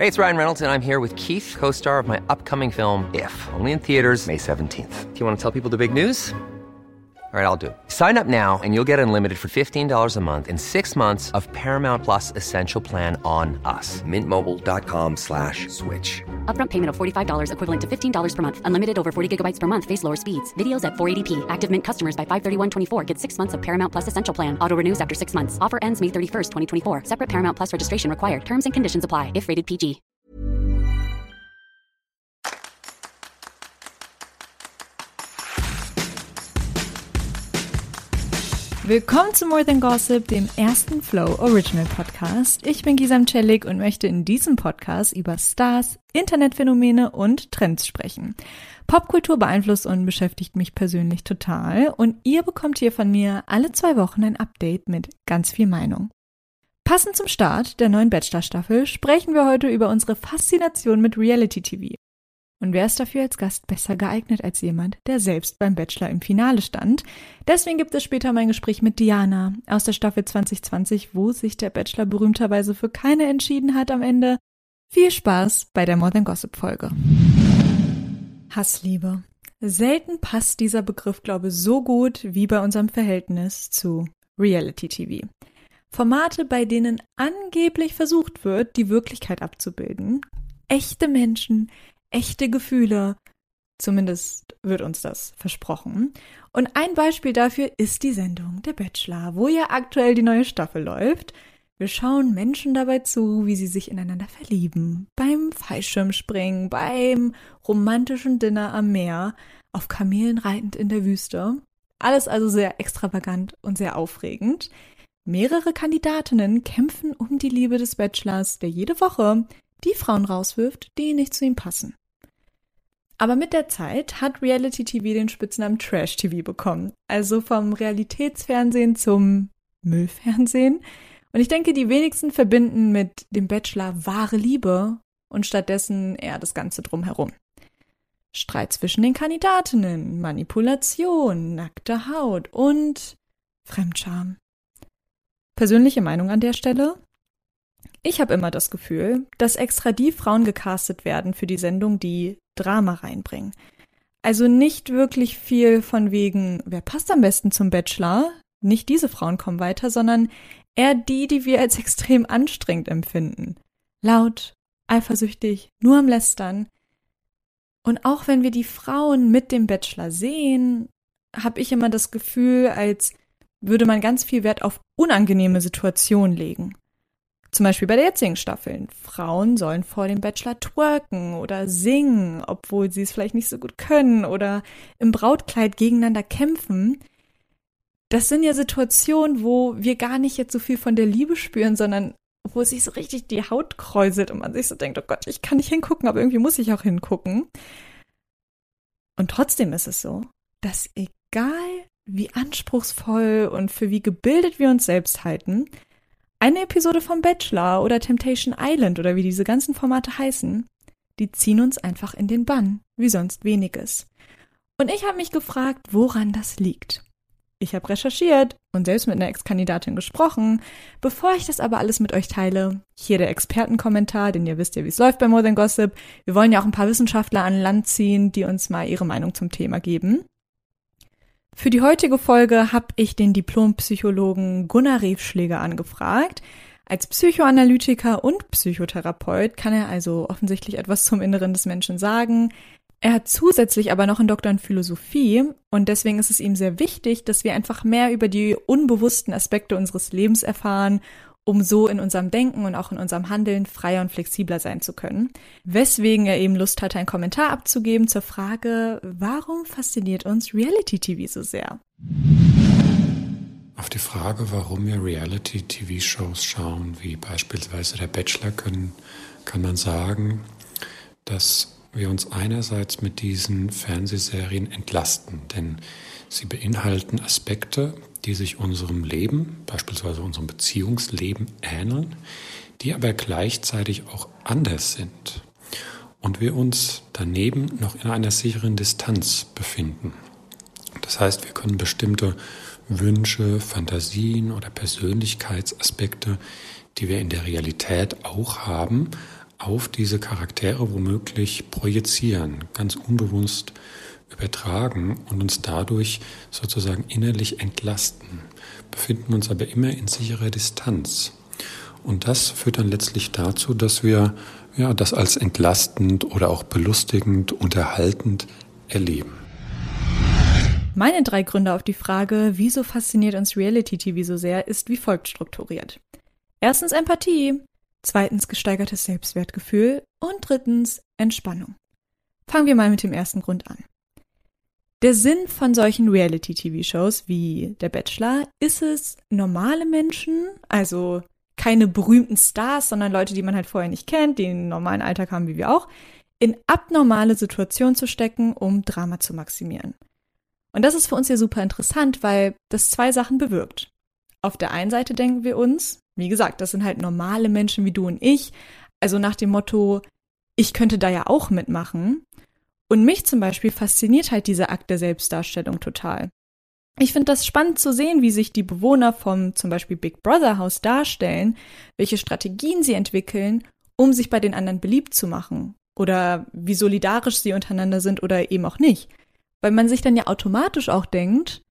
Hey, it's Ryan Reynolds, and I'm here with Keith, co-star of my upcoming film, If, only in theaters May 17th. Do you want to tell people the big news? All right, I'll do it. Sign up now and you'll get unlimited for $15 a month and 6 months of Paramount Plus Essential Plan on us. MintMobile.com/switch. Upfront payment of $45 equivalent to $15 per month. Unlimited over 40 gigabytes per month. Face lower speeds. Videos at 480p. Active Mint customers by 531.24 get 6 months of Paramount Plus Essential Plan. Auto renews after 6 months. Offer ends May 31st, 2024. Separate Paramount Plus registration required. Terms and conditions apply if rated PG. Willkommen zu More Than Gossip, dem ersten Flow Original Podcast. Ich bin Gisam Celik und möchte in diesem Podcast über Stars, Internetphänomene und Trends sprechen. Popkultur beeinflusst und beschäftigt mich persönlich total und ihr bekommt hier von mir alle 2 Wochen ein Update mit ganz viel Meinung. Passend zum Start der neuen Bachelor-Staffel sprechen wir heute über unsere Faszination mit Reality-TV. Und wer ist dafür als Gast besser geeignet als jemand, der selbst beim Bachelor im Finale stand? Deswegen gibt es später mein Gespräch mit Diana aus der Staffel 2020, wo sich der Bachelor berühmterweise für keine entschieden hat am Ende. Viel Spaß bei der More Than Gossip Folge. Hassliebe. Selten passt dieser Begriff, glaube ich, so gut wie bei unserem Verhältnis zu Reality TV. Formate, bei denen angeblich versucht wird, die Wirklichkeit abzubilden. Echte Menschen, echte Gefühle, zumindest wird uns das versprochen. Und ein Beispiel dafür ist die Sendung Der Bachelor, wo ja aktuell die neue Staffel läuft. Wir schauen Menschen dabei zu, wie sie sich ineinander verlieben, beim Fallschirmspringen, beim romantischen Dinner am Meer, auf Kamelen reitend in der Wüste. Alles also sehr extravagant und sehr aufregend. Mehrere Kandidatinnen kämpfen um die Liebe des Bachelors, der jede Woche die Frauen rauswirft, die nicht zu ihm passen. Aber mit der Zeit hat Reality TV den Spitznamen Trash TV bekommen. Also vom Realitätsfernsehen zum Müllfernsehen. Und ich denke, die wenigsten verbinden mit dem Bachelor wahre Liebe und stattdessen eher das Ganze drumherum. Streit zwischen den Kandidatinnen, Manipulation, nackte Haut und Fremdscham. Persönliche Meinung an der Stelle? Ich habe immer das Gefühl, dass extra die Frauen gecastet werden für die Sendung, die Drama reinbringen. Also nicht wirklich viel von wegen, wer passt am besten zum Bachelor? Nicht diese Frauen kommen weiter, sondern eher die wir als extrem anstrengend empfinden. Laut, eifersüchtig, nur am Lästern. Und auch wenn wir die Frauen mit dem Bachelor sehen, habe ich immer das Gefühl, als würde man ganz viel Wert auf unangenehme Situationen legen. Zum Beispiel bei der jetzigen Staffel. Frauen sollen vor dem Bachelor twerken oder singen, obwohl sie es vielleicht nicht so gut können oder im Brautkleid gegeneinander kämpfen. Das sind ja Situationen, wo wir gar nicht jetzt so viel von der Liebe spüren, sondern wo sich so richtig die Haut kräuselt und man sich so denkt, oh Gott, ich kann nicht hingucken, aber irgendwie muss ich auch hingucken. Und trotzdem ist es so, dass egal wie anspruchsvoll und für wie gebildet wir uns selbst halten, eine Episode vom Bachelor oder Temptation Island oder wie diese ganzen Formate heißen, die ziehen uns einfach in den Bann, wie sonst weniges. Und ich habe mich gefragt, woran das liegt. Ich habe recherchiert und selbst mit einer Ex-Kandidatin gesprochen. Bevor ich das aber alles mit euch teile, hier der Expertenkommentar, denn ihr wisst ja, wie es läuft bei More Than Gossip. Wir wollen ja auch ein paar Wissenschaftler an Land ziehen, die uns mal ihre Meinung zum Thema geben. Für die heutige Folge habe ich den Diplompsychologen Gunnar Refschläger angefragt. Als Psychoanalytiker und Psychotherapeut kann er also offensichtlich etwas zum Inneren des Menschen sagen. Er hat zusätzlich aber noch einen Doktor in Philosophie und deswegen ist es ihm sehr wichtig, dass wir einfach mehr über die unbewussten Aspekte unseres Lebens erfahren, um so in unserem Denken und auch in unserem Handeln freier und flexibler sein zu können. Weswegen er eben Lust hatte, einen Kommentar abzugeben zur Frage, warum fasziniert uns Reality-TV so sehr? Auf die Frage, warum wir Reality-TV-Shows schauen, wie beispielsweise der Bachelor, kann man sagen, dass wir uns einerseits mit diesen Fernsehserien entlasten, denn sie beinhalten Aspekte, die sich unserem Leben, beispielsweise unserem Beziehungsleben ähneln, die aber gleichzeitig auch anders sind und wir uns daneben noch in einer sicheren Distanz befinden. Das heißt, wir können bestimmte Wünsche, Fantasien oder Persönlichkeitsaspekte, die wir in der Realität auch haben, auf diese Charaktere womöglich projizieren, ganz unbewusst übertragen und uns dadurch sozusagen innerlich entlasten, befinden uns aber immer in sicherer Distanz. Und das führt dann letztlich dazu, dass wir das als entlastend oder auch belustigend, unterhaltend erleben. Meine 3 Gründe auf die Frage, wieso fasziniert uns Reality-TV so sehr, ist wie folgt strukturiert. 1. Empathie, 2. gesteigertes Selbstwertgefühl und 3. Entspannung. Fangen wir mal mit dem ersten Grund an. Der Sinn von solchen Reality-TV-Shows wie Der Bachelor ist es, normale Menschen, also keine berühmten Stars, sondern Leute, die man halt vorher nicht kennt, die einen normalen Alltag haben wie wir auch, in abnormale Situationen zu stecken, um Drama zu maximieren. Und das ist für uns ja super interessant, weil das 2 Sachen bewirkt. Auf der einen Seite denken wir uns, wie gesagt, das sind halt normale Menschen wie du und ich, also nach dem Motto, ich könnte da ja auch mitmachen. Und mich zum Beispiel fasziniert halt dieser Akt der Selbstdarstellung total. Ich finde das spannend zu sehen, wie sich die Bewohner vom zum Beispiel Big Brother Haus darstellen, welche Strategien sie entwickeln, um sich bei den anderen beliebt zu machen oder wie solidarisch sie untereinander sind oder eben auch nicht. Weil man sich dann ja automatisch auch denkt,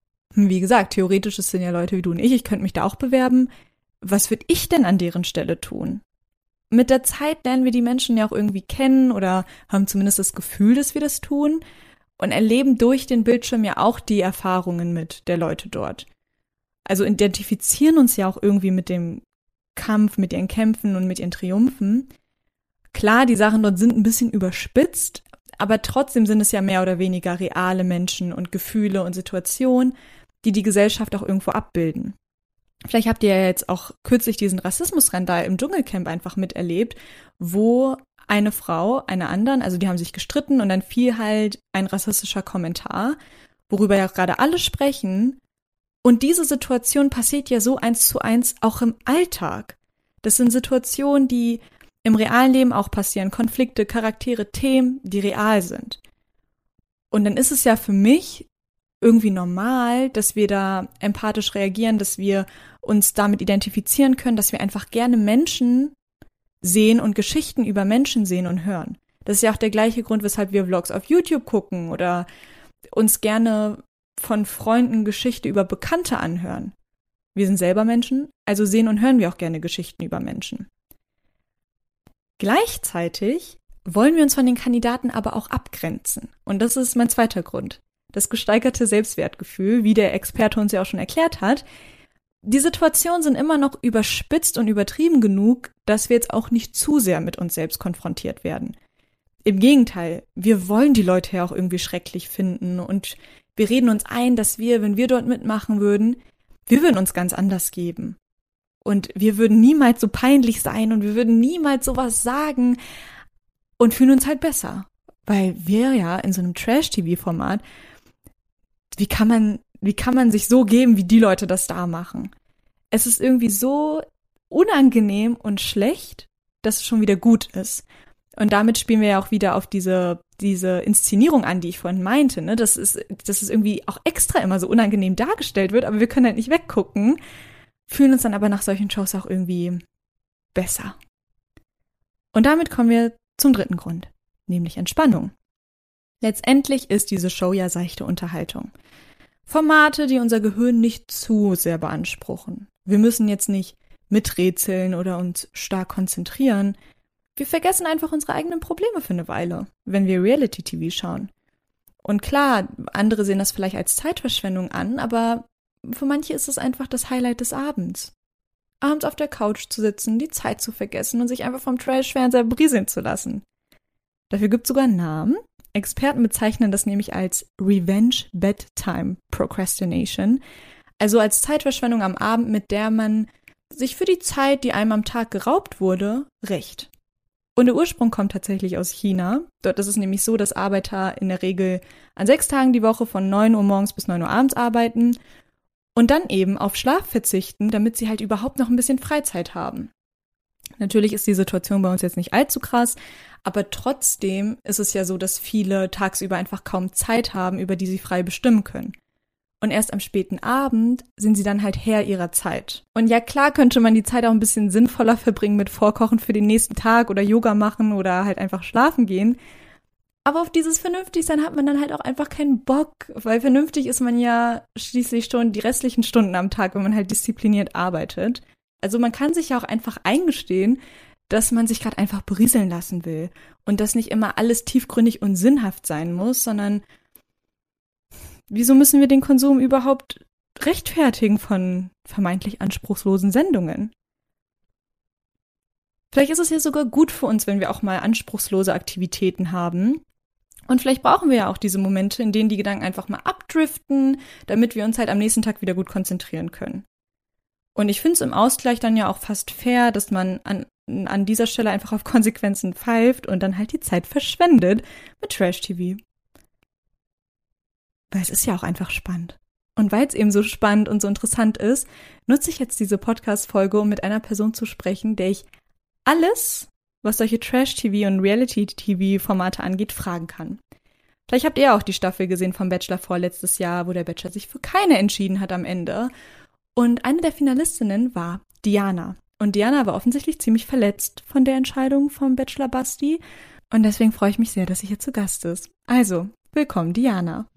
wie gesagt, theoretisch sind ja Leute wie du und ich könnte mich da auch bewerben, was würde ich denn an deren Stelle tun? Mit der Zeit lernen wir die Menschen ja auch irgendwie kennen oder haben zumindest das Gefühl, dass wir das tun und erleben durch den Bildschirm ja auch die Erfahrungen mit der Leute dort. Also identifizieren uns ja auch irgendwie mit dem Kampf, mit ihren Kämpfen und mit ihren Triumphen. Klar, die Sachen dort sind ein bisschen überspitzt, aber trotzdem sind es ja mehr oder weniger reale Menschen und Gefühle und Situationen, die die Gesellschaft auch irgendwo abbilden. Vielleicht habt ihr ja jetzt auch kürzlich diesen Rassismusskandal im Dschungelcamp einfach miterlebt, wo eine Frau einer anderen, also die haben sich gestritten und dann fiel halt ein rassistischer Kommentar, worüber ja gerade alle sprechen. Und diese Situation passiert ja so 1:1 auch im Alltag. Das sind Situationen, die im realen Leben auch passieren, Konflikte, Charaktere, Themen, die real sind. Und dann ist es ja für mich irgendwie normal, dass wir da empathisch reagieren, dass wir uns damit identifizieren können, dass wir einfach gerne Menschen sehen und Geschichten über Menschen sehen und hören. Das ist ja auch der gleiche Grund, weshalb wir Vlogs auf YouTube gucken oder uns gerne von Freunden Geschichte über Bekannte anhören. Wir sind selber Menschen, also sehen und hören wir auch gerne Geschichten über Menschen. Gleichzeitig wollen wir uns von den Kandidaten aber auch abgrenzen. Und das ist mein zweiter Grund. Das gesteigerte Selbstwertgefühl, wie der Experte uns ja auch schon erklärt hat. Die Situationen sind immer noch überspitzt und übertrieben genug, dass wir jetzt auch nicht zu sehr mit uns selbst konfrontiert werden. Im Gegenteil, wir wollen die Leute ja auch irgendwie schrecklich finden und wir reden uns ein, dass wir, wenn wir dort mitmachen würden, wir würden uns ganz anders geben. Und wir würden niemals so peinlich sein und wir würden niemals sowas sagen und fühlen uns halt besser. Weil wir ja in so einem Trash-TV-Format, wie kann man sich so geben, wie die Leute das da machen? Es ist irgendwie so unangenehm und schlecht, dass es schon wieder gut ist. Und damit spielen wir ja auch wieder auf diese Inszenierung an, die ich vorhin meinte, ne? Dass es irgendwie auch extra immer so unangenehm dargestellt wird, aber wir können halt nicht weggucken, fühlen uns dann aber nach solchen Shows auch irgendwie besser. Und damit kommen wir zum dritten Grund, nämlich Entspannung. Letztendlich ist diese Show ja seichte Unterhaltung. Formate, die unser Gehirn nicht zu sehr beanspruchen. Wir müssen jetzt nicht miträtseln oder uns stark konzentrieren. Wir vergessen einfach unsere eigenen Probleme für eine Weile, wenn wir Reality-TV schauen. Und klar, andere sehen das vielleicht als Zeitverschwendung an, aber für manche ist es einfach das Highlight des Abends. Abends auf der Couch zu sitzen, die Zeit zu vergessen und sich einfach vom Trash-Fernseher berieseln zu lassen. Dafür gibt es sogar einen Namen. Experten bezeichnen das nämlich als Revenge Bedtime Procrastination, also als Zeitverschwendung am Abend, mit der man sich für die Zeit, die einem am Tag geraubt wurde, rächt. Und der Ursprung kommt tatsächlich aus China. Dort ist es nämlich so, dass Arbeiter in der Regel an 6 Tagen die Woche von 9 Uhr morgens bis 9 Uhr abends arbeiten und dann eben auf Schlaf verzichten, damit sie halt überhaupt noch ein bisschen Freizeit haben. Natürlich ist die Situation bei uns jetzt nicht allzu krass, aber trotzdem ist es ja so, dass viele tagsüber einfach kaum Zeit haben, über die sie frei bestimmen können. Und erst am späten Abend sind sie dann halt Herr ihrer Zeit. Und ja, klar könnte man die Zeit auch ein bisschen sinnvoller verbringen mit Vorkochen für den nächsten Tag oder Yoga machen oder halt einfach schlafen gehen. Aber auf dieses Vernünftigsein hat man dann halt auch einfach keinen Bock, weil vernünftig ist man ja schließlich schon die restlichen Stunden am Tag, wenn man halt diszipliniert arbeitet. Also man kann sich ja auch einfach eingestehen, dass man sich gerade einfach berieseln lassen will und dass nicht immer alles tiefgründig und sinnhaft sein muss, sondern wieso müssen wir den Konsum überhaupt rechtfertigen von vermeintlich anspruchslosen Sendungen? Vielleicht ist es ja sogar gut für uns, wenn wir auch mal anspruchslose Aktivitäten haben. Und vielleicht brauchen wir ja auch diese Momente, in denen die Gedanken einfach mal abdriften, damit wir uns halt am nächsten Tag wieder gut konzentrieren können. Und ich finde es im Ausgleich dann ja auch fast fair, dass man an dieser Stelle einfach auf Konsequenzen pfeift und dann halt die Zeit verschwendet mit Trash-TV. Weil es ist ja auch einfach spannend. Und weil es eben so spannend und so interessant ist, nutze ich jetzt diese Podcast-Folge, um mit einer Person zu sprechen, der ich alles, was solche Trash-TV und Reality-TV-Formate angeht, fragen kann. Vielleicht habt ihr auch die Staffel gesehen vom Bachelor vorletztes Jahr, wo der Bachelor sich für keine entschieden hat am Ende. Und eine der Finalistinnen war Diana. Und Diana war offensichtlich ziemlich verletzt von der Entscheidung vom Bachelor Basti. Und deswegen freue ich mich sehr, dass sie hier zu Gast ist. Also, willkommen, Diana.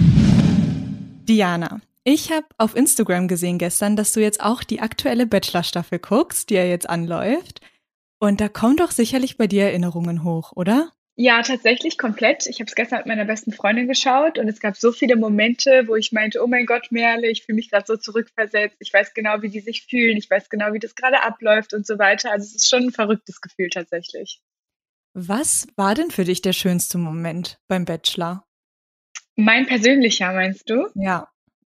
Diana, ich habe auf Instagram gesehen gestern, dass du jetzt auch die aktuelle Bachelor-Staffel guckst, die ja jetzt anläuft. Und da kommen doch sicherlich bei dir Erinnerungen hoch, oder? Ja, tatsächlich komplett. Ich habe es gestern mit meiner besten Freundin geschaut und es gab so viele Momente, wo ich meinte, oh mein Gott, Merle, ich fühle mich gerade so zurückversetzt. Ich weiß genau, wie die sich fühlen. Ich weiß genau, wie das gerade abläuft und so weiter. Also es ist schon ein verrücktes Gefühl tatsächlich. Was war denn für dich der schönste Moment beim Bachelor? Mein persönlicher, meinst du? Ja.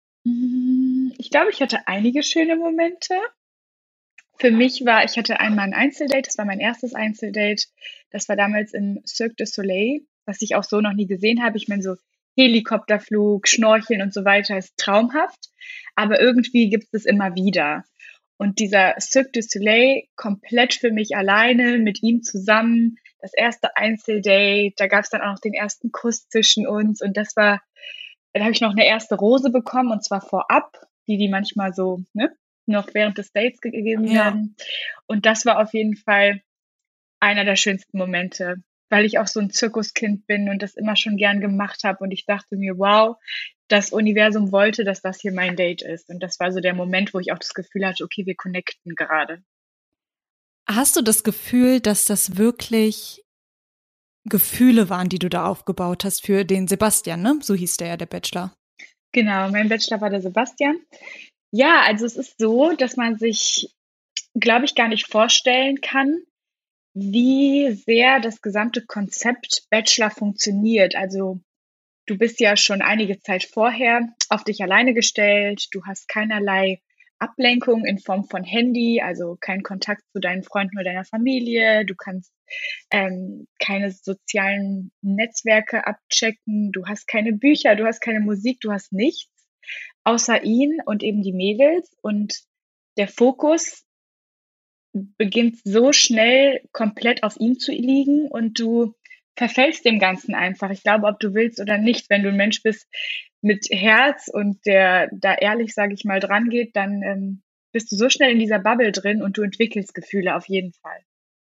Ich glaube, ich hatte einige schöne Momente. Für mich ich hatte einmal ein Einzeldate, das war mein erstes Einzeldate. Das war damals im Cirque du Soleil, was ich auch so noch nie gesehen habe. Ich meine, so Helikopterflug, Schnorcheln und so weiter ist traumhaft, aber irgendwie gibt es es immer wieder. Und dieser Cirque du Soleil komplett für mich alleine, mit ihm zusammen, das erste Einzeldate, da gab es dann auch noch den ersten Kuss zwischen uns und da habe ich noch eine erste Rose bekommen und zwar vorab, die manchmal so, noch während des Dates gegeben werden. Und das war auf jeden Fall einer der schönsten Momente, weil ich auch so ein Zirkuskind bin und das immer schon gern gemacht habe. Und ich dachte mir, wow, das Universum wollte, dass das hier mein Date ist. Und das war so der Moment, wo ich auch das Gefühl hatte, okay, wir connecten gerade. Hast du das Gefühl, dass das wirklich Gefühle waren, die du da aufgebaut hast für den Sebastian, ne? So hieß der ja, der Bachelor. Genau, mein Bachelor war der Sebastian. Ja, also es ist so, dass man sich, glaube ich, gar nicht vorstellen kann, wie sehr das gesamte Konzept Bachelor funktioniert. Also du bist ja schon einige Zeit vorher auf dich alleine gestellt, du hast keinerlei Ablenkung in Form von Handy, also keinen Kontakt zu deinen Freunden oder deiner Familie, du kannst keine sozialen Netzwerke abchecken, du hast keine Bücher, du hast keine Musik, du hast nichts, außer ihn und eben die Mädels. Und der Fokus beginnt so schnell komplett auf ihm zu liegen und du verfällst dem Ganzen einfach. Ich glaube, ob du willst oder nicht, wenn du ein Mensch bist mit Herz und der da ehrlich, sage ich mal, dran geht, dann bist du so schnell in dieser Bubble drin und du entwickelst Gefühle auf jeden Fall.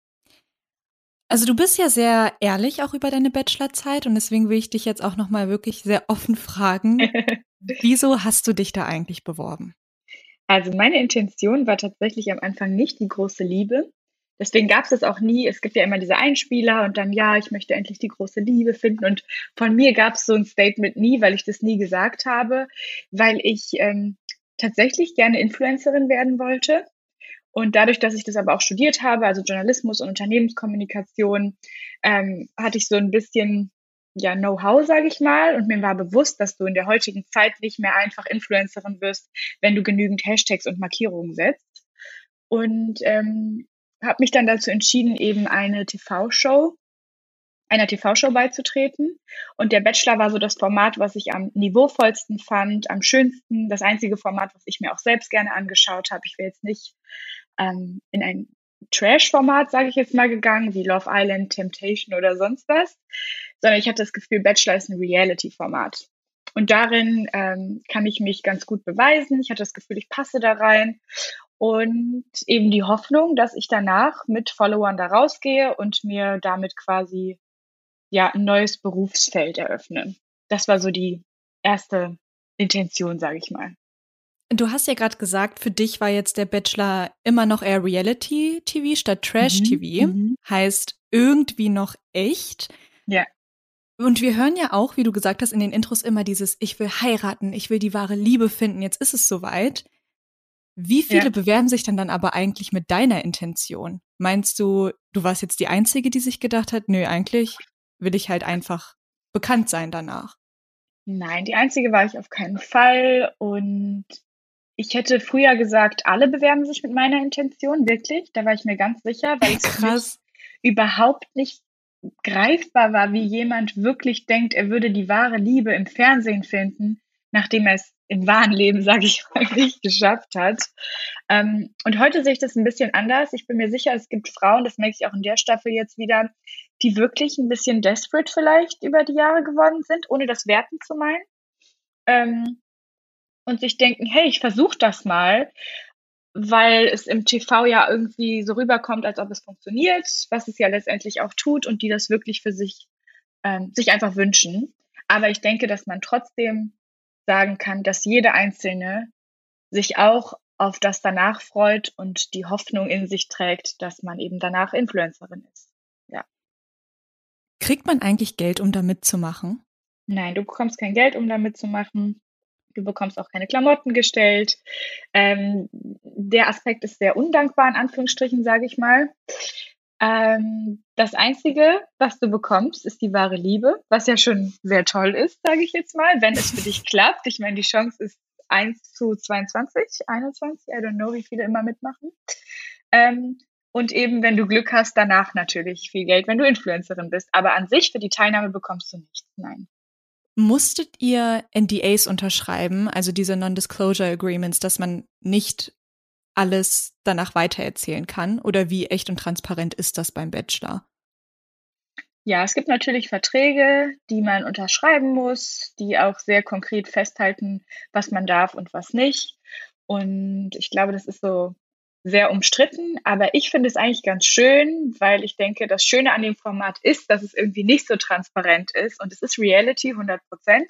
Also du bist ja sehr ehrlich auch über deine Bachelorzeit und deswegen will ich dich jetzt auch nochmal wirklich sehr offen fragen, wieso hast du dich da eigentlich beworben? Also meine Intention war tatsächlich am Anfang nicht die große Liebe. Deswegen gab es das auch nie. Es gibt ja immer diese Einspieler und dann, ja, ich möchte endlich die große Liebe finden. Und von mir gab es so ein Statement nie, weil ich das nie gesagt habe, weil ich tatsächlich gerne Influencerin werden wollte. Und dadurch, dass ich das aber auch studiert habe, also Journalismus und Unternehmenskommunikation, hatte ich so ein bisschen Know-how, sage ich mal. Und mir war bewusst, dass du in der heutigen Zeit nicht mehr einfach Influencerin wirst, wenn du genügend Hashtags und Markierungen setzt. Und habe mich dann dazu entschieden, eben einer TV-Show beizutreten. Und der Bachelor war so das Format, was ich am niveauvollsten fand, am schönsten, das einzige Format, was ich mir auch selbst gerne angeschaut habe. Ich wäre jetzt nicht in ein Trash-Format, sage ich jetzt mal, gegangen, wie Love Island, Temptation oder sonst was, sondern ich hatte das Gefühl, Bachelor ist ein Reality-Format. Und darin kann ich mich ganz gut beweisen. Ich hatte das Gefühl, ich passe da rein. Und eben die Hoffnung, dass ich danach mit Followern da rausgehe und mir damit quasi ein neues Berufsfeld eröffne. Das war so die erste Intention, sage ich mal. Du hast ja gerade gesagt, für dich war jetzt der Bachelor immer noch eher Reality-TV statt Trash-TV. Heißt irgendwie noch echt. Ja. Und wir hören ja auch, wie du gesagt hast, in den Intros immer dieses Ich will heiraten, ich will die wahre Liebe finden, jetzt ist es soweit. Wie viele bewerben sich dann aber eigentlich mit deiner Intention? Meinst du, du warst jetzt die Einzige, die sich gedacht hat, nö, eigentlich will ich halt einfach bekannt sein danach? Nein, die Einzige war ich auf keinen Fall. Und ich hätte früher gesagt, alle bewerben sich mit meiner Intention, wirklich. Da war ich mir ganz sicher, weil es für mich überhaupt nicht greifbar war, wie jemand wirklich denkt, er würde die wahre Liebe im Fernsehen finden, nachdem er es im wahren Leben, sage ich mal, nicht geschafft hat. Und heute sehe ich das ein bisschen anders. Ich bin mir sicher, es gibt Frauen, das merke ich auch in der Staffel jetzt wieder, die wirklich ein bisschen desperate vielleicht über die Jahre geworden sind, ohne das werten zu meinen. Und sich denken, hey, ich versuche das mal, weil es im TV ja irgendwie so rüberkommt, als ob es funktioniert, was es ja letztendlich auch tut und die das wirklich für sich einfach wünschen. Aber ich denke, dass man trotzdem sagen kann, dass jede Einzelne sich auch auf das danach freut und die Hoffnung in sich trägt, dass man eben danach Influencerin ist. Ja. Kriegt man eigentlich Geld, um da mitzumachen? Nein, du bekommst kein Geld, um da mitzumachen. Du bekommst auch keine Klamotten gestellt. Der Aspekt ist sehr undankbar, in Anführungsstrichen, sage ich mal. Das Einzige, was du bekommst, ist die wahre Liebe, was ja schon sehr toll ist, sage ich jetzt mal, wenn es für dich klappt. Ich meine, die Chance ist 1:22, 21, I don't know, wie viele immer mitmachen. Und eben, wenn du Glück hast, danach natürlich viel Geld, wenn du Influencerin bist. Aber an sich für die Teilnahme bekommst du nichts, nein. Musstet ihr NDAs unterschreiben, also diese Non-Disclosure Agreements, dass man nicht alles danach weitererzählen kann? Oder wie echt und transparent ist das beim Bachelor? Ja, es gibt natürlich Verträge, die man unterschreiben muss, die auch sehr konkret festhalten, was man darf und was nicht. Und ich glaube, das ist so sehr umstritten, aber ich finde es eigentlich ganz schön, weil ich denke, das Schöne an dem Format ist, dass es irgendwie nicht so transparent ist und es ist Reality 100%,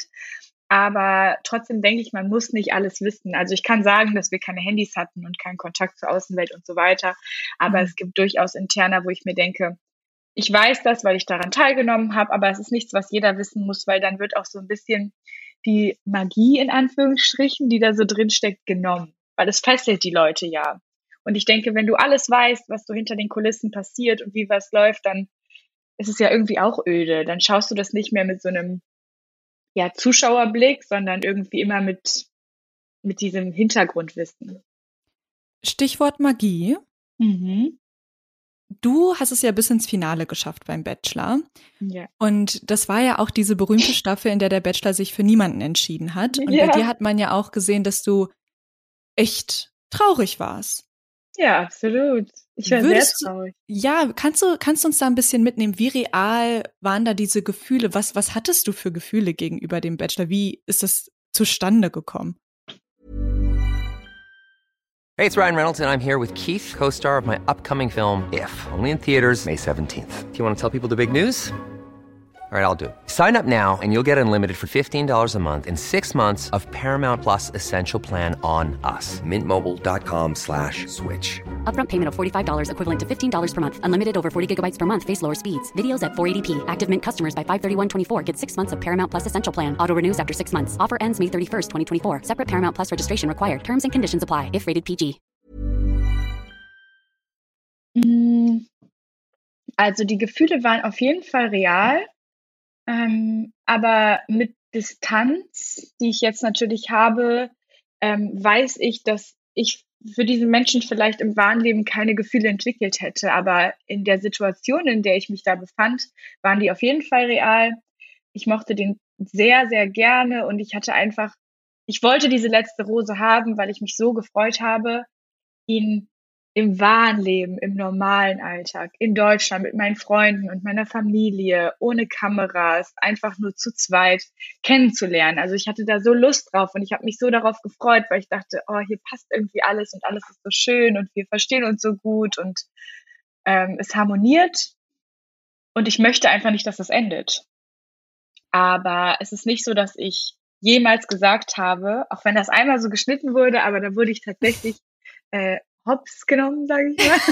aber trotzdem denke ich, man muss nicht alles wissen. Also ich kann sagen, dass wir keine Handys hatten und keinen Kontakt zur Außenwelt und so weiter, aber es gibt durchaus Interna, wo ich mir denke, ich weiß das, weil ich daran teilgenommen habe, aber es ist nichts, was jeder wissen muss, weil dann wird auch so ein bisschen die Magie in Anführungsstrichen, die da so drin steckt, genommen, weil es fesselt die Leute ja. Und ich denke, wenn du alles weißt, was so hinter den Kulissen passiert und wie was läuft, dann ist es ja irgendwie auch öde. Dann schaust du das nicht mehr mit so einem Zuschauerblick, sondern irgendwie immer mit diesem Hintergrundwissen. Stichwort Magie. Mhm. Du hast es ja bis ins Finale geschafft beim Bachelor. Ja. Und das war ja auch diese berühmte Staffel, in der der Bachelor sich für niemanden entschieden hat. Und bei dir hat man ja auch gesehen, dass du echt traurig warst. Ja, absolut. Ich war sehr traurig. Ja, kannst du uns da ein bisschen mitnehmen? Wie real waren da diese Gefühle? Was hattest du für Gefühle gegenüber dem Bachelor? Wie ist das zustande gekommen? Hey, it's Ryan Reynolds, and I'm here with Keith, co-star of my upcoming film, If, only in theaters May 17th. Do you want to tell people the big news? All right, I'll do it. Sign up now and you'll get unlimited for $15 a month and 6 months of Paramount Plus Essential Plan on us. MintMobile.com/switch. Upfront payment of $45 equivalent to $15 per month. Unlimited over 40 gigabytes per month. Face lower speeds. Videos at 480p. Active Mint customers by 531.24 get 6 months of Paramount Plus Essential Plan. Auto renews after 6 months. Offer ends May 31st, 2024. Separate Paramount Plus registration required. Terms and conditions apply if rated PG. Also die Gefühle waren auf jeden Fall real. Aber mit Distanz, die ich jetzt natürlich habe, weiß ich, dass ich für diesen Menschen vielleicht im wahren Leben keine Gefühle entwickelt hätte. Aber in der Situation, in der ich mich da befand, waren die auf jeden Fall real. Ich mochte den sehr, sehr gerne und ich wollte diese letzte Rose haben, weil ich mich so gefreut habe, ihn im wahren Leben, im normalen Alltag, in Deutschland mit meinen Freunden und meiner Familie, ohne Kameras, einfach nur zu zweit kennenzulernen. Also ich hatte da so Lust drauf und ich habe mich so darauf gefreut, weil ich dachte, oh, hier passt irgendwie alles und alles ist so schön und wir verstehen uns so gut und es harmoniert und ich möchte einfach nicht, dass es endet. Aber es ist nicht so, dass ich jemals gesagt habe, auch wenn das einmal so geschnitten wurde, aber da wurde ich tatsächlich hops genommen, sage ich mal.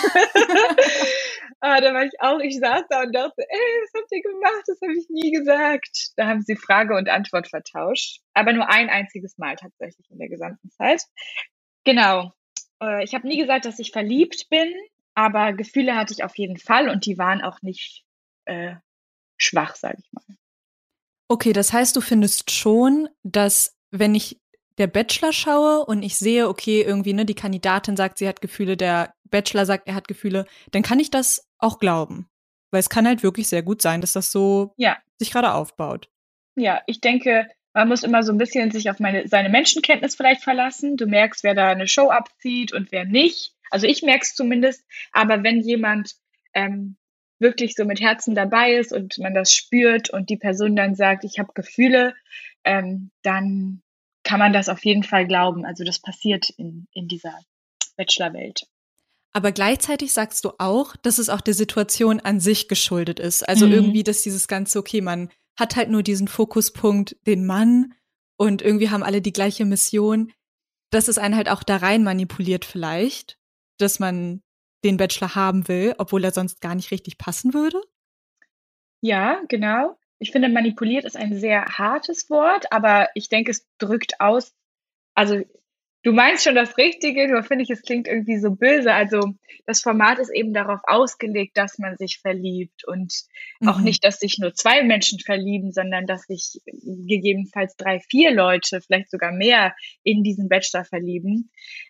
Aber da war ich saß da und dachte, was habt ihr gemacht? Das habe ich nie gesagt. Da haben sie Frage und Antwort vertauscht. Aber nur ein einziges Mal tatsächlich in der gesamten Zeit. Genau. Ich habe nie gesagt, dass ich verliebt bin, aber Gefühle hatte ich auf jeden Fall und die waren auch nicht schwach, sage ich mal. Okay, das heißt, du findest schon, dass wenn ich der Bachelor schaue und ich sehe, okay, irgendwie, ne, die Kandidatin sagt, sie hat Gefühle, der Bachelor sagt, er hat Gefühle, dann kann ich das auch glauben. Weil es kann halt wirklich sehr gut sein, dass das so sich gerade aufbaut. Ja, ich denke, man muss immer so ein bisschen sich auf seine Menschenkenntnis vielleicht verlassen. Du merkst, wer da eine Show abzieht und wer nicht. Also ich merke es zumindest. Aber wenn jemand wirklich so mit Herzen dabei ist und man das spürt und die Person dann sagt, ich habe Gefühle, dann kann man das auf jeden Fall glauben. Also das passiert in dieser Bachelor-Welt. Aber gleichzeitig sagst du auch, dass es auch der Situation an sich geschuldet ist. Also irgendwie, dass dieses Ganze, okay, man hat halt nur diesen Fokuspunkt, den Mann, und irgendwie haben alle die gleiche Mission, dass es einen halt auch da rein manipuliert vielleicht, dass man den Bachelor haben will, obwohl er sonst gar nicht richtig passen würde? Ja, genau. Ich finde, manipuliert ist ein sehr hartes Wort, aber ich denke, es drückt aus, also du meinst schon das Richtige, nur finde ich, es klingt irgendwie so böse. Also das Format ist eben darauf ausgelegt, dass man sich verliebt und auch nicht, dass sich nur 2 Menschen verlieben, sondern dass sich gegebenenfalls 3, 4 Leute, vielleicht sogar mehr, in diesen Bachelor verlieben.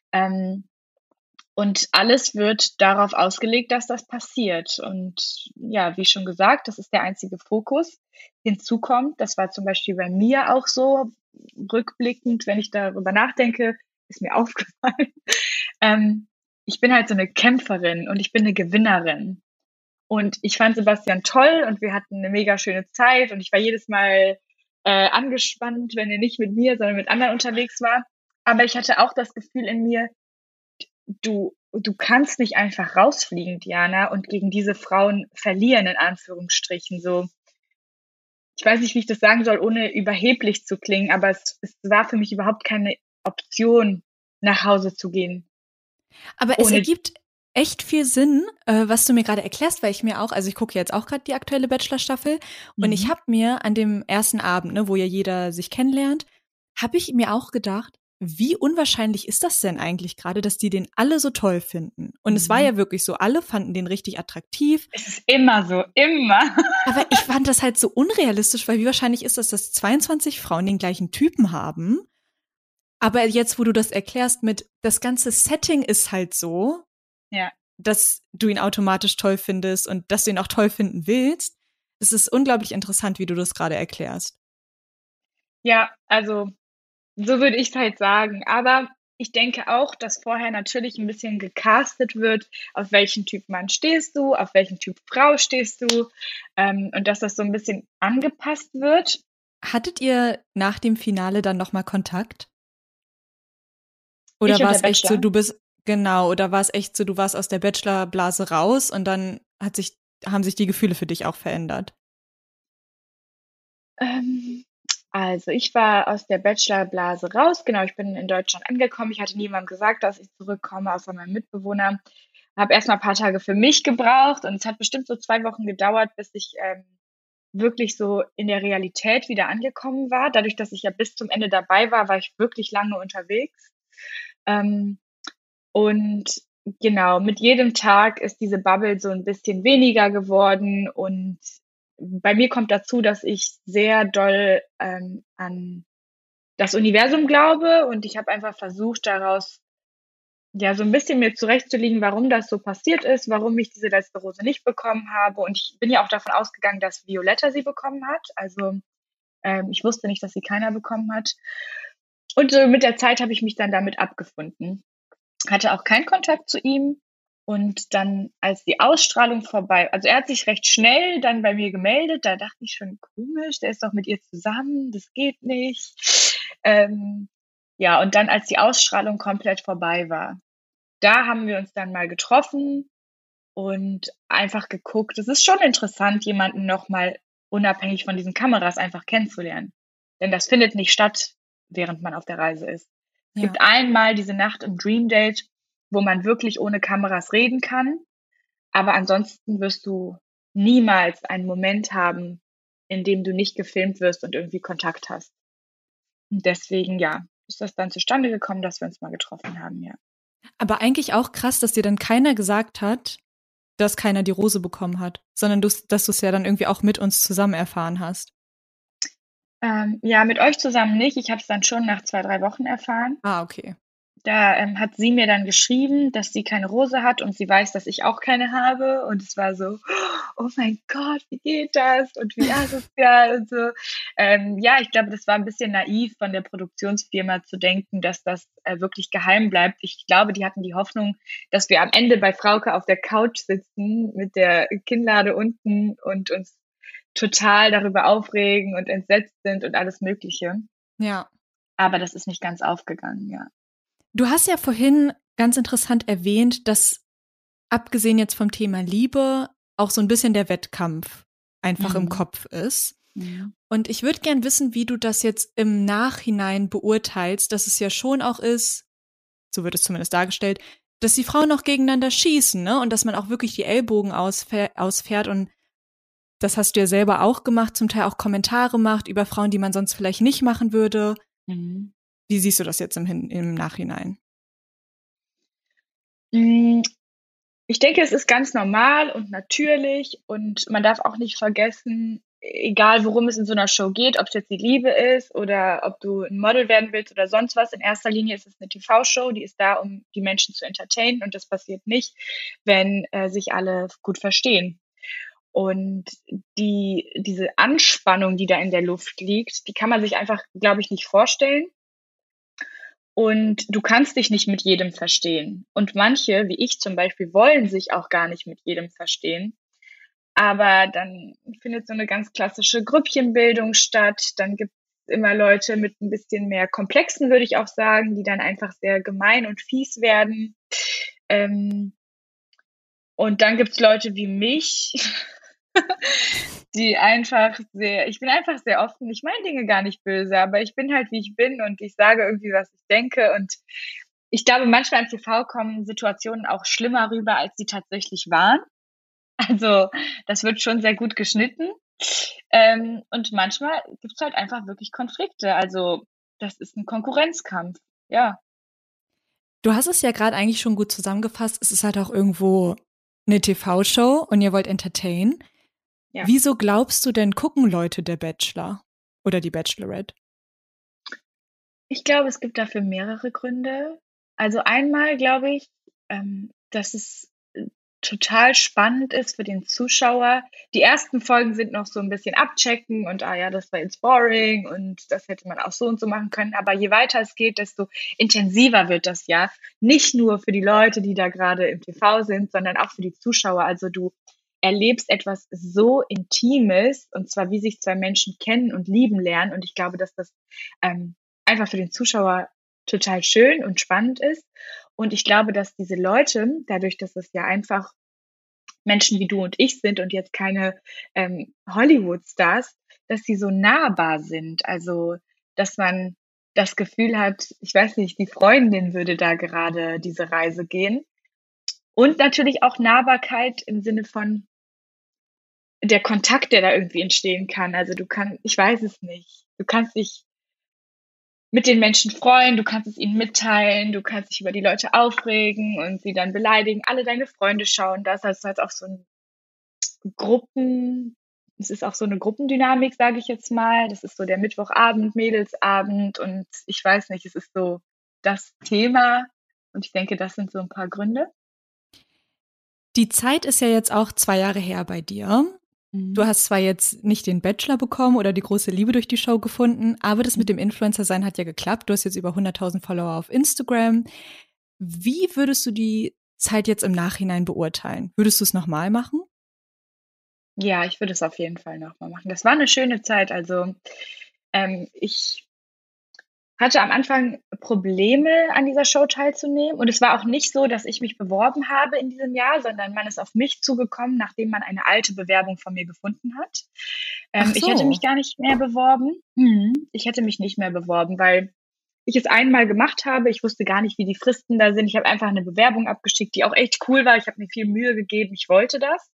Und alles wird darauf ausgelegt, dass das passiert. Und ja, wie schon gesagt, das ist der einzige Fokus. Hinzu kommt, das war zum Beispiel bei mir auch so, rückblickend, wenn ich darüber nachdenke, ist mir aufgefallen. Ich bin halt so eine Kämpferin und ich bin eine Gewinnerin. Und ich fand Sebastian toll und wir hatten eine mega schöne Zeit und ich war jedes Mal angespannt, wenn er nicht mit mir, sondern mit anderen unterwegs war. Aber ich hatte auch das Gefühl in mir, du kannst nicht einfach rausfliegen, Diana, und gegen diese Frauen verlieren, in Anführungsstrichen. So, ich weiß nicht, wie ich das sagen soll, ohne überheblich zu klingen, aber es war für mich überhaupt keine Option, nach Hause zu gehen. Aber es ergibt echt viel Sinn, was du mir gerade erklärst, weil ich mir auch, also ich gucke jetzt auch gerade die aktuelle Bachelor-Staffel und ich habe mir an dem ersten Abend, ne, wo ja jeder sich kennenlernt, habe ich mir auch gedacht, wie unwahrscheinlich ist das denn eigentlich gerade, dass die den alle so toll finden? Und es war ja wirklich so, alle fanden den richtig attraktiv. Es ist immer so, immer. Aber ich fand das halt so unrealistisch, weil wie wahrscheinlich ist das, dass 22 Frauen den gleichen Typen haben? Aber jetzt, wo du das erklärst mit, das ganze Setting ist halt so, ja, dass du ihn automatisch toll findest und dass du ihn auch toll finden willst. Es ist unglaublich interessant, wie du das gerade erklärst. Ja, also so würde ich es halt sagen. Aber ich denke auch, dass vorher natürlich ein bisschen gecastet wird, auf welchen Typ Mann stehst du, auf welchen Typ Frau stehst du, und dass das so ein bisschen angepasst wird. Hattet ihr nach dem Finale dann nochmal Kontakt? Oder war es echt so, oder war es echt so, du warst aus der Bachelor-Blase raus und dann haben sich die Gefühle für dich auch verändert? Also ich war aus der Bachelor-Blase raus. Genau, ich bin in Deutschland angekommen. Ich hatte niemandem gesagt, dass ich zurückkomme, außer meinem Mitbewohner. Habe erstmal ein paar Tage für mich gebraucht und es hat bestimmt so 2 Wochen gedauert, bis ich wirklich so in der Realität wieder angekommen war. Dadurch, dass ich ja bis zum Ende dabei war, war ich wirklich lange unterwegs. Und genau, mit jedem Tag ist diese Bubble so ein bisschen weniger geworden und bei mir kommt dazu, dass ich sehr doll an das Universum glaube und ich habe einfach versucht, daraus ja so ein bisschen mir zurechtzulegen, warum das so passiert ist, warum ich diese letzte Rose nicht bekommen habe. Und ich bin ja auch davon ausgegangen, dass Violetta sie bekommen hat. Also ich wusste nicht, dass sie keiner bekommen hat. Und mit der Zeit habe ich mich dann damit abgefunden. Hatte auch keinen Kontakt zu ihm. Und dann, als die Ausstrahlung vorbei, also er hat sich recht schnell dann bei mir gemeldet, da dachte ich schon, komisch, der ist doch mit ihr zusammen, das geht nicht. Ja, und dann, als die Ausstrahlung komplett vorbei war, da haben wir uns dann mal getroffen und einfach geguckt. Es ist schon interessant, jemanden nochmal unabhängig von diesen Kameras einfach kennenzulernen. Denn das findet nicht statt, während man auf der Reise ist. Es gibt einmal diese Nacht im Dream Date, wo man wirklich ohne Kameras reden kann. Aber ansonsten wirst du niemals einen Moment haben, in dem du nicht gefilmt wirst und irgendwie Kontakt hast. Und deswegen, ja, ist das dann zustande gekommen, dass wir uns mal getroffen haben, ja. Aber eigentlich auch krass, dass dir dann keiner gesagt hat, dass keiner die Rose bekommen hat, sondern dass du es ja dann irgendwie auch mit uns zusammen erfahren hast. Ja, mit euch zusammen nicht. Ich habe es dann schon nach 2-3 Wochen erfahren. Ah, okay. Da hat sie mir dann geschrieben, dass sie keine Rose hat und sie weiß, dass ich auch keine habe. Und es war so, oh mein Gott, wie geht das? Und wie asozial und so. Ja, ich glaube, das war ein bisschen naiv von der Produktionsfirma zu denken, dass das wirklich geheim bleibt. Ich glaube, die hatten die Hoffnung, dass wir am Ende bei Frauke auf der Couch sitzen mit der Kinnlade unten und uns total darüber aufregen und entsetzt sind und alles Mögliche. Ja. Aber das ist nicht ganz aufgegangen, ja. Du hast ja vorhin ganz interessant erwähnt, dass abgesehen jetzt vom Thema Liebe auch so ein bisschen der Wettkampf einfach im Kopf ist. Mhm. Und ich würde gern wissen, wie du das jetzt im Nachhinein beurteilst, dass es ja schon auch ist, so wird es zumindest dargestellt, dass die Frauen auch gegeneinander schießen, ne? Und dass man auch wirklich die Ellbogen ausfährt. Und das hast du ja selber auch gemacht, zum Teil auch Kommentare macht über Frauen, die man sonst vielleicht nicht machen würde. Mhm. Wie siehst du das jetzt im Nachhinein? Ich denke, es ist ganz normal und natürlich und man darf auch nicht vergessen, egal worum es in so einer Show geht, ob es jetzt die Liebe ist oder ob du ein Model werden willst oder sonst was, in erster Linie ist es eine TV-Show, die ist da, um die Menschen zu entertainen und das passiert nicht, wenn sich alle gut verstehen. Und diese Anspannung, die da in der Luft liegt, die kann man sich einfach, glaube ich, nicht vorstellen. Und du kannst dich nicht mit jedem verstehen. Und manche, wie ich zum Beispiel, wollen sich auch gar nicht mit jedem verstehen. Aber dann findet so eine ganz klassische Grüppchenbildung statt. Dann gibt es immer Leute mit ein bisschen mehr Komplexen, würde ich auch sagen, die dann einfach sehr gemein und fies werden. Und dann gibt es Leute wie mich, die einfach ich bin einfach sehr offen. Ich meine Dinge gar nicht böse, aber ich bin halt, wie ich bin und ich sage irgendwie, was ich denke. Und ich glaube, manchmal im TV kommen Situationen auch schlimmer rüber, als sie tatsächlich waren. Also das wird schon sehr gut geschnitten. Und manchmal gibt es halt einfach wirklich Konflikte. Also das ist ein Konkurrenzkampf, ja. Du hast es ja gerade eigentlich schon gut zusammengefasst. Es ist halt auch irgendwo eine TV-Show und ihr wollt entertainen. Ja. Wieso glaubst du denn, gucken Leute der Bachelor oder die Bachelorette? Ich glaube, es gibt dafür mehrere Gründe. Also einmal glaube ich, dass es total spannend ist für den Zuschauer. Die ersten Folgen sind noch so ein bisschen abchecken und ja, das war jetzt boring und das hätte man auch so und so machen können. Aber je weiter es geht, desto intensiver wird das ja. Nicht nur für die Leute, die da gerade im TV sind, sondern auch für die Zuschauer. Also du erlebst etwas so Intimes, und zwar wie sich zwei Menschen kennen und lieben lernen. Und ich glaube, dass das einfach für den Zuschauer total schön und spannend ist. Und ich glaube, dass diese Leute, dadurch, dass es ja einfach Menschen wie du und ich sind und jetzt keine Hollywood-Stars, dass sie so nahbar sind. Also, dass man das Gefühl hat, ich weiß nicht, die Freundin würde da gerade diese Reise gehen. Und natürlich auch Nahbarkeit im Sinne von der Kontakt, der da irgendwie entstehen kann. Also ich weiß es nicht. Du kannst dich mit den Menschen freuen, du kannst es ihnen mitteilen, du kannst dich über die Leute aufregen und sie dann beleidigen. Alle deine Freunde schauen das. Also es ist halt auch so es ist auch so eine Gruppendynamik, sage ich jetzt mal. Das ist so der Mittwochabend, Mädelsabend und ich weiß nicht, es ist so das Thema und ich denke, das sind so ein paar Gründe. Die Zeit ist ja jetzt auch 2 Jahre her bei dir. Du hast zwar jetzt nicht den Bachelor bekommen oder die große Liebe durch die Show gefunden, aber das mit dem Influencer-Sein hat ja geklappt. Du hast jetzt über 100.000 Follower auf Instagram. Wie würdest du die es halt jetzt im Nachhinein beurteilen. Würdest du es nochmal machen? Ja, ich würde es auf jeden Fall nochmal machen. Das war eine schöne Zeit. Also ich hatte am Anfang Probleme, an dieser Show teilzunehmen. Und es war auch nicht so, dass ich mich beworben habe in diesem Jahr, sondern man ist auf mich zugekommen, nachdem man eine alte Bewerbung von mir gefunden hat. Ach Ich hätte mich so. gar nicht mehr beworben. Ich hätte mich nicht mehr beworben, weil ich es einmal gemacht habe. Ich wusste gar nicht, wie die Fristen da sind. Ich habe einfach eine Bewerbung abgeschickt, die auch echt cool war. Ich habe mir viel Mühe gegeben. Ich wollte das.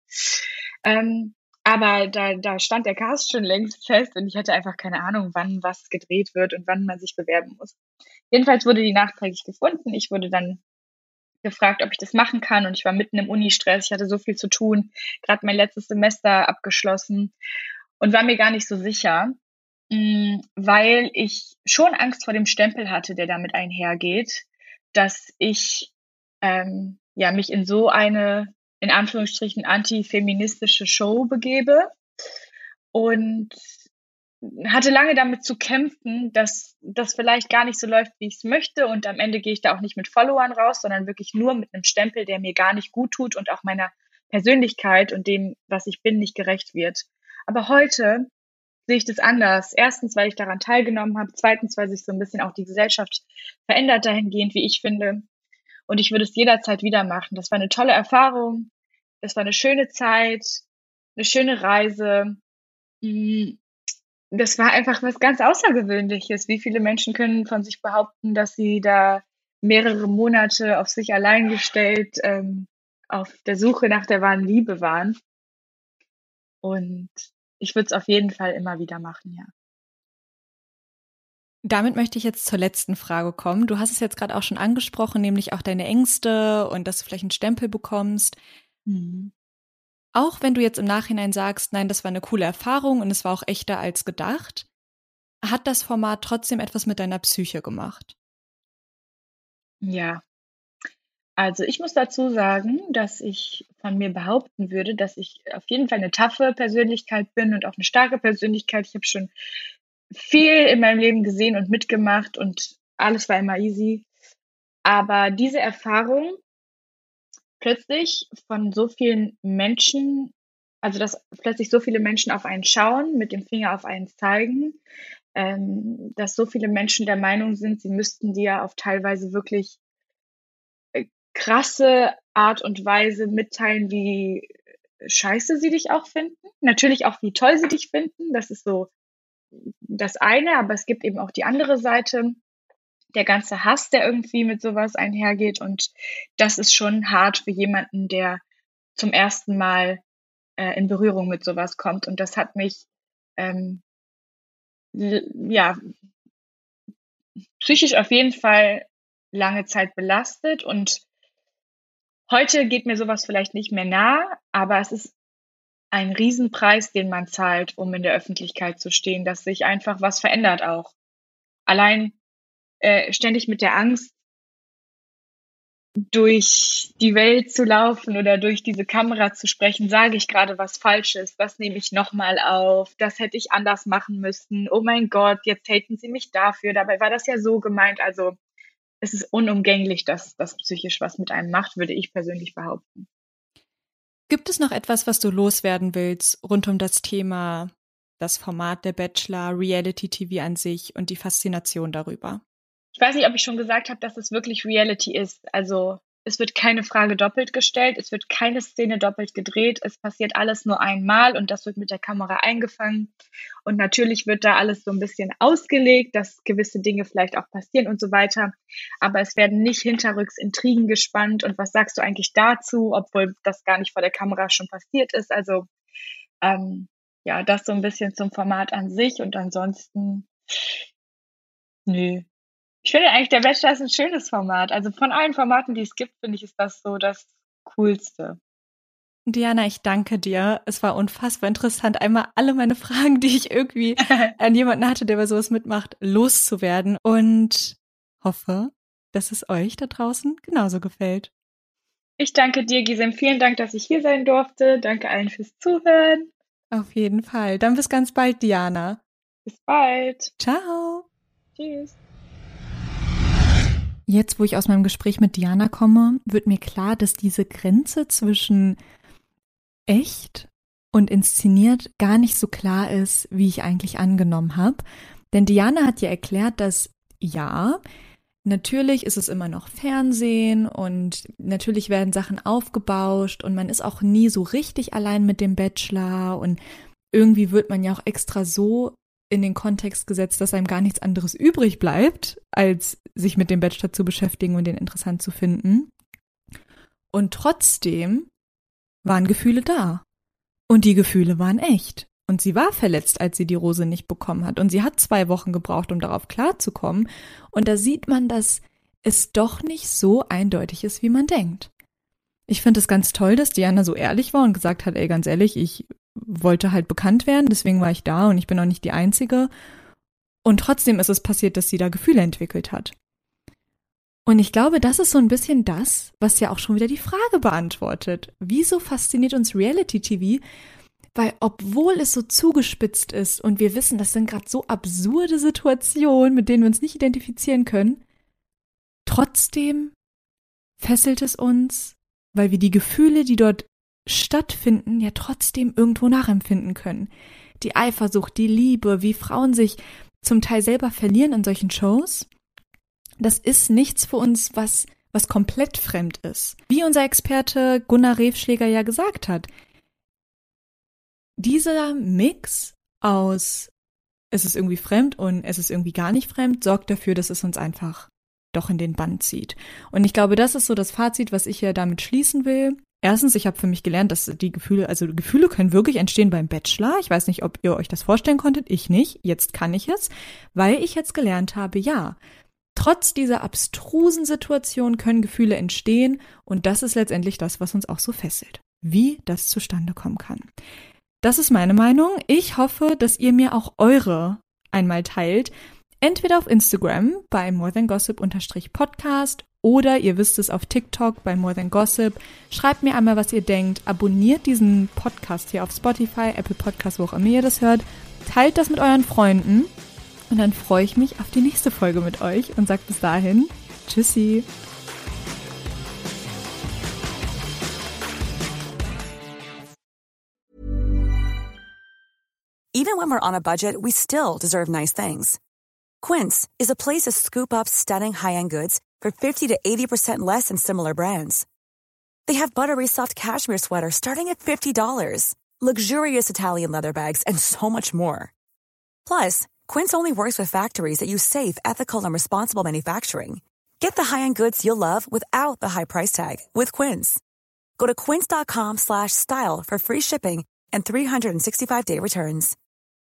Aber da stand der Cast schon längst fest und ich hatte einfach keine Ahnung, wann was gedreht wird und wann man sich bewerben muss. Jedenfalls wurde die nachträglich gefunden. Ich wurde dann gefragt, ob ich das machen kann, und ich war mitten im Uni-Stress. Ich hatte so viel zu tun, gerade mein letztes Semester abgeschlossen und war mir gar nicht so sicher, weil ich schon Angst vor dem Stempel hatte, der damit einhergeht, dass ich mich in so eine, in Anführungsstrichen, antifeministische Show begebe, und hatte lange damit zu kämpfen, dass das vielleicht gar nicht so läuft, wie ich es möchte, und am Ende gehe ich da auch nicht mit Followern raus, sondern wirklich nur mit einem Stempel, der mir gar nicht gut tut und auch meiner Persönlichkeit und dem, was ich bin, nicht gerecht wird. Aber heute sehe ich das anders. Erstens, weil ich daran teilgenommen habe. Zweitens, weil sich so ein bisschen auch die Gesellschaft verändert dahingehend, wie ich finde. Und ich würde es jederzeit wieder machen. Das war eine tolle Erfahrung. Das war eine schöne Zeit, eine schöne Reise. Das war einfach was ganz Außergewöhnliches. Wie viele Menschen können von sich behaupten, dass sie da mehrere Monate auf sich allein gestellt auf der Suche nach der wahren Liebe waren? Und ich würde es auf jeden Fall immer wieder machen, ja. Damit möchte ich jetzt zur letzten Frage kommen. Du hast es jetzt gerade auch schon angesprochen, nämlich auch deine Ängste und dass du vielleicht einen Stempel bekommst. Auch wenn du jetzt im Nachhinein sagst, nein, das war eine coole Erfahrung und es war auch echter als gedacht, hat das Format trotzdem etwas mit deiner Psyche gemacht? Ja, also ich muss dazu sagen, dass ich von mir behaupten würde, dass ich auf jeden Fall eine taffe Persönlichkeit bin und auch eine starke Persönlichkeit. Ich habe schon viel in meinem Leben gesehen und mitgemacht und alles war immer easy. Aber diese Erfahrung, plötzlich von so vielen Menschen, also dass plötzlich so viele Menschen auf einen schauen, mit dem Finger auf einen zeigen, dass so viele Menschen der Meinung sind, sie müssten dir auf teilweise wirklich krasse Art und Weise mitteilen, wie scheiße sie dich auch finden. Natürlich auch, wie toll sie dich finden. Das ist so das eine, aber es gibt eben auch die andere Seite, der ganze Hass, der irgendwie mit sowas einhergeht. Und das ist schon hart für jemanden, der zum ersten Mal in Berührung mit sowas kommt. Und das hat mich psychisch auf jeden Fall lange Zeit belastet. Und heute geht mir sowas vielleicht nicht mehr nah, aber es ist ein Riesenpreis, den man zahlt, um in der Öffentlichkeit zu stehen, dass sich einfach was verändert auch. Allein ständig mit der Angst, durch die Welt zu laufen oder durch diese Kamera zu sprechen, sage ich gerade was Falsches, was nehme ich nochmal auf, das hätte ich anders machen müssen, oh mein Gott, jetzt haten sie mich dafür, dabei war das ja so gemeint. Also es ist unumgänglich, dass das psychisch was mit einem macht, würde ich persönlich behaupten. Gibt es noch etwas, was du loswerden willst rund um das Thema, das Format der Bachelor, Reality TV an sich und die Faszination darüber? Ich weiß nicht, ob ich schon gesagt habe, dass es wirklich Reality ist. Also es wird keine Frage doppelt gestellt, es wird keine Szene doppelt gedreht, es passiert alles nur einmal und das wird mit der Kamera eingefangen. Und natürlich wird da alles so ein bisschen ausgelegt, dass gewisse Dinge vielleicht auch passieren und so weiter. Aber es werden nicht hinterrücks Intrigen gespannt. Und was sagst du eigentlich dazu, obwohl das gar nicht vor der Kamera schon passiert ist? Also das so ein bisschen zum Format an sich. Und ansonsten, nö. Ich finde eigentlich, der Bachelor ist ein schönes Format. Also von allen Formaten, die es gibt, finde ich, ist das so das Coolste. Diana, ich danke dir. Es war unfassbar interessant, einmal alle meine Fragen, die ich irgendwie an jemanden hatte, der bei sowas mitmacht, loszuwerden. Und hoffe, dass es euch da draußen genauso gefällt. Ich danke dir, Gisem. Vielen Dank, dass ich hier sein durfte. Danke allen fürs Zuhören. Auf jeden Fall. Dann bis ganz bald, Diana. Bis bald. Ciao. Tschüss. Jetzt, wo ich aus meinem Gespräch mit Diana komme, wird mir klar, dass diese Grenze zwischen echt und inszeniert gar nicht so klar ist, wie ich eigentlich angenommen habe. Denn Diana hat ja erklärt, dass ja, natürlich ist es immer noch Fernsehen und natürlich werden Sachen aufgebauscht und man ist auch nie so richtig allein mit dem Bachelor und irgendwie wird man ja auch extra so in den Kontext gesetzt, dass einem gar nichts anderes übrig bleibt, als sich mit dem Bachelor zu beschäftigen und den interessant zu finden. Und trotzdem waren Gefühle da. Und die Gefühle waren echt. Und sie war verletzt, als sie die Rose nicht bekommen hat. Und sie hat 2 Wochen gebraucht, um darauf klarzukommen. Und da sieht man, dass es doch nicht so eindeutig ist, wie man denkt. Ich finde es ganz toll, dass Diana so ehrlich war und gesagt hat, ey, ganz ehrlich, ich wollte halt bekannt werden, deswegen war ich da und ich bin auch nicht die Einzige. Und trotzdem ist es passiert, dass sie da Gefühle entwickelt hat. Und ich glaube, das ist so ein bisschen das, was ja auch schon wieder die Frage beantwortet. Wieso fasziniert uns Reality-TV? Weil obwohl es so zugespitzt ist und wir wissen, das sind gerade so absurde Situationen, mit denen wir uns nicht identifizieren können, trotzdem fesselt es uns, weil wir die Gefühle, die dort stattfinden, ja trotzdem irgendwo nachempfinden können. Die Eifersucht, die Liebe, wie Frauen sich zum Teil selber verlieren in solchen Shows, das ist nichts für uns, was komplett fremd ist. Wie unser Experte Gunnar Revschläger ja gesagt hat, dieser Mix aus es ist irgendwie fremd und es ist irgendwie gar nicht fremd, sorgt dafür, dass es uns einfach doch in den Bann zieht. Und ich glaube, das ist so das Fazit, was ich ja damit schließen will. Erstens, ich habe für mich gelernt, dass die Gefühle können wirklich entstehen beim Bachelor. Ich weiß nicht, ob ihr euch das vorstellen konntet. Ich nicht. Jetzt kann ich es, weil ich jetzt gelernt habe, ja, trotz dieser abstrusen Situation können Gefühle entstehen und das ist letztendlich das, was uns auch so fesselt. Wie das zustande kommen kann. Das ist meine Meinung. Ich hoffe, dass ihr mir auch eure einmal teilt. Entweder auf Instagram bei morethangossip_podcast oder ihr wisst es auf TikTok bei More Than Gossip. Schreibt mir einmal, was ihr denkt. Abonniert diesen Podcast hier auf Spotify, Apple Podcasts, wo auch immer ihr das hört. Teilt das mit euren Freunden. Und dann freue ich mich auf die nächste Folge mit euch und sage bis dahin, tschüssi. Even when we're on a budget, we still deserve nice things. Quince is a place to scoop up stunning high-end goods for 50 to 80% less than similar brands. They have buttery soft cashmere sweaters starting at $50, luxurious Italian leather bags, and so much more. Plus, Quince only works with factories that use safe, ethical, and responsible manufacturing. Get the high-end goods you'll love without the high price tag with Quince. Go to quince.com/style for free shipping and 365-day returns.